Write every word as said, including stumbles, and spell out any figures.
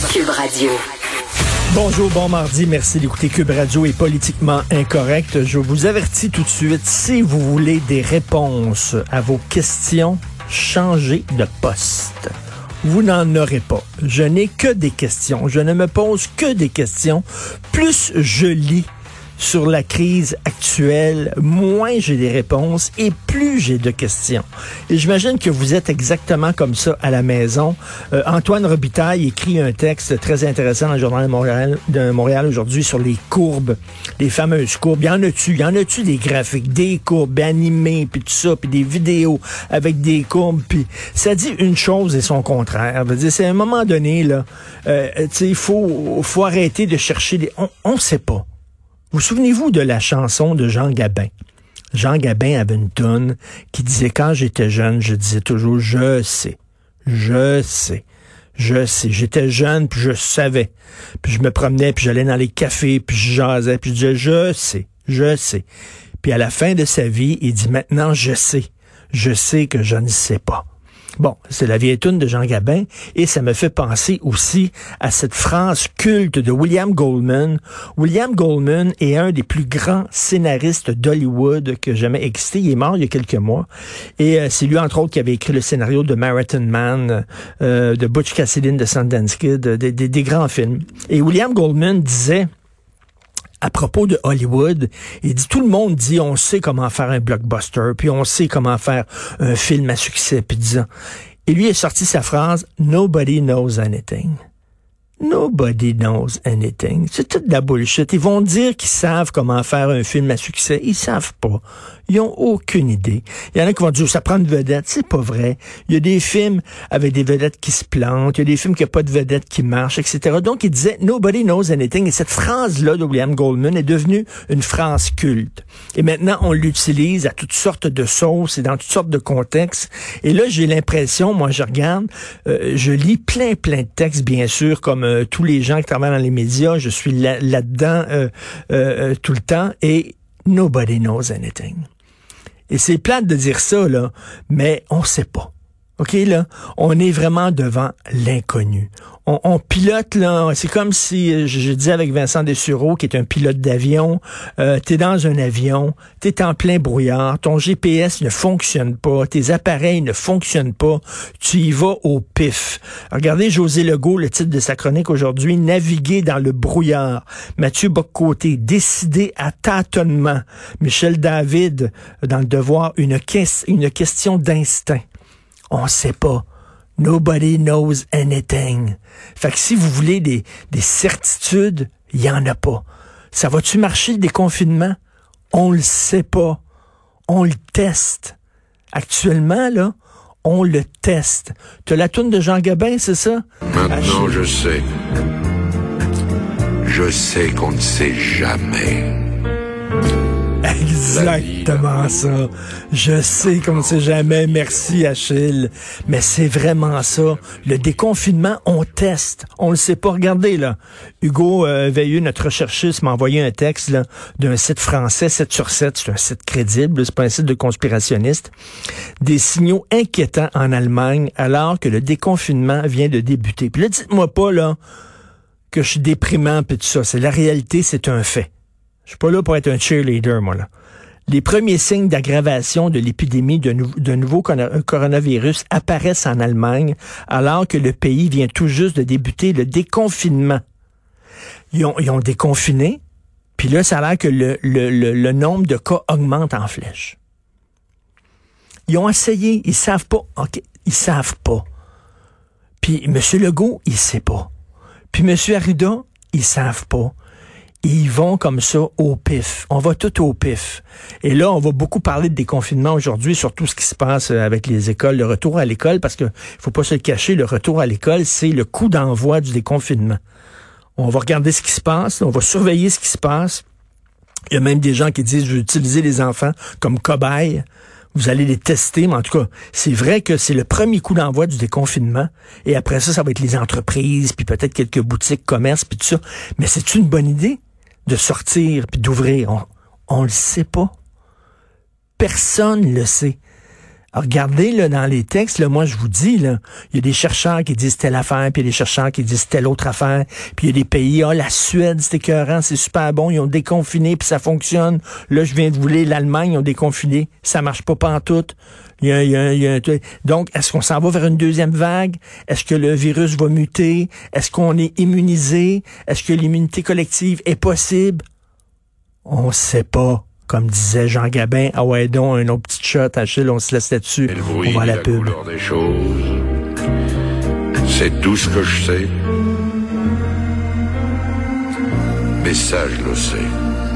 Cube Radio. Bonjour, bon mardi, merci d'écouter Cube Radio et Politiquement Incorrect. Je vous avertis tout de suite, si vous voulez des réponses à vos questions, changez de poste. Vous n'en aurez pas. Je n'ai que des questions. Je ne me pose que des questions. Plus je lis sur la crise actuelle, moins j'ai des réponses et plus j'ai de questions. Et j'imagine que vous êtes exactement comme ça à la maison. Euh, Antoine Robitaille écrit un texte très intéressant dans le Journal de Montréal, de Montréal aujourd'hui sur les courbes, les fameuses courbes. Il y en a-tu? Il y en a-tu des graphiques, des courbes animées, puis tout ça, puis des vidéos avec des courbes, puis ça dit une chose et son contraire. C'est à un moment donné, là, euh, tu sais, il faut, faut arrêter de chercher des... On ne sait pas. Vous souvenez-vous de la chanson de Jean Gabin? Jean Gabin avait une toune qui disait « Quand j'étais jeune, je disais toujours « Je sais, je sais, je sais. » J'étais jeune, puis je savais. Puis je me promenais, puis j'allais dans les cafés, puis je jasais, puis je disais « Je sais, je sais. » Puis à la fin de sa vie, il dit « Maintenant, je sais. Je sais que je ne sais pas. » Bon, c'est la vieille toune de Jean Gabin et ça me fait penser aussi à cette phrase culte de William Goldman. William Goldman est un des plus grands scénaristes d'Hollywood que jamais existé. Il est mort il y a quelques mois et euh, c'est lui entre autres qui avait écrit le scénario de Marathon Man, euh, de Butch Cassidy de Sundance Kid, des, des, des grands films. Et William Goldman disait à propos de Hollywood, il dit, tout le monde dit, on sait comment faire un blockbuster, puis on sait comment faire un film à succès, puis disant. Et lui a sorti sa phrase, nobody knows anything. Nobody knows anything. C'est toute de la bullshit. Ils vont dire qu'ils savent comment faire un film à succès. Ils savent pas. Ils ont aucune idée. Il y en a qui vont dire, ça prend une vedette. C'est pas vrai. Il y a des films avec des vedettes qui se plantent. Il y a des films qui n'ont pas de vedettes qui marchent, et cetera. Donc, il disait, nobody knows anything. Et cette phrase-là de William Goldman est devenue une phrase culte. Et maintenant, on l'utilise à toutes sortes de sauces et dans toutes sortes de contextes. Et là, j'ai l'impression, moi, je regarde, euh, je lis plein, plein de textes, bien sûr, comme euh, tous les gens qui travaillent dans les médias. Je suis là, là-dedans euh, euh, tout le temps. Et nobody knows anything. Et c'est plate de dire ça, là, mais on sait pas. OK, là? On est vraiment devant l'inconnu. On, on pilote, là, c'est comme si, je, je disais avec Vincent Dessureau, qui est un pilote d'avion, euh, t'es dans un avion, t'es en plein brouillard, ton G P S ne fonctionne pas, tes appareils ne fonctionnent pas, tu y vas au pif. Regardez José Legault, le titre de sa chronique aujourd'hui, Naviguer dans le brouillard. Mathieu Bock-Côté, Décider à tâtonnement. Michel David, dans Le Devoir, une, que- une question d'instinct. On sait pas. Nobody knows anything. Fait que si vous voulez des, des certitudes, il y en a pas. Ça va-tu marcher le déconfinement? On le sait pas. On le teste. Actuellement, là, on le teste. T'as la toune de Jean Gabin, c'est ça? Maintenant, je sais. Je sais qu'on ne sait jamais. Exactement ça. Je sais qu'on ne sait jamais. Merci, Achille. Mais c'est vraiment ça. Le déconfinement, on teste. On le sait pas. Regardez, là. Hugo euh, Veilleux, notre recherchiste, m'a envoyé un texte là, d'un site français, sept sur sept. C'est un site crédible. C'est pas un site de conspirationniste. Des signaux inquiétants en Allemagne alors que le déconfinement vient de débuter. Puis là, dites-moi pas, là, que je suis déprimant pis tout ça. C'est la réalité, c'est un fait. Je suis pas là pour être un cheerleader, moi, là. Les premiers signes d'aggravation de l'épidémie de, nou- de nouveau coronavirus apparaissent en Allemagne alors que le pays vient tout juste de débuter le déconfinement. Ils ont, ils ont déconfiné, puis là, ça a l'air que le, le, le, le nombre de cas augmente en flèche. Ils ont essayé, ils savent pas. OK, ils savent pas. Puis M. Legault, il sait pas. Puis M. Arruda, ils savent pas. Ils vont comme ça au pif. On va tout au pif. Et là, on va beaucoup parler de déconfinement aujourd'hui, sur tout ce qui se passe avec les écoles, le retour à l'école, parce que faut pas se le cacher, le retour à l'école, c'est le coup d'envoi du déconfinement. On va regarder ce qui se passe, on va surveiller ce qui se passe. Il y a même des gens qui disent, je vais utiliser les enfants comme cobayes. Vous allez les tester, mais en tout cas, c'est vrai que c'est le premier coup d'envoi du déconfinement. Et après ça, ça va être les entreprises, puis peut-être quelques boutiques, commerces, puis tout ça. Mais c'est une bonne idée de sortir puis d'ouvrir? On, on le sait pas. Personne le sait. Regardez là, dans les textes, là, moi je vous dis, là, il y a des chercheurs qui disent telle affaire, puis il y a des chercheurs qui disent telle autre affaire, puis il y a des pays, ah, oh, la Suède, c'est écœurant, c'est super bon, ils ont déconfiné, puis ça fonctionne. Là, je viens de vous lire, l'Allemagne, ils ont déconfiné, ça marche pas pantoute. Il y a, il y a, il y a, donc, est-ce qu'on s'en va vers une deuxième vague? Est-ce que le virus va muter? Est-ce qu'on est immunisé? Est-ce que l'immunité collective est possible? On sait pas. Comme disait Jean Gabin, ah ouais donc, un autre petit shot, Achille, on se laisse là-dessus. Et le bruit, on va à la, la pub. couleur des choses, c'est tout ce que je sais. Mais ça, je le sais.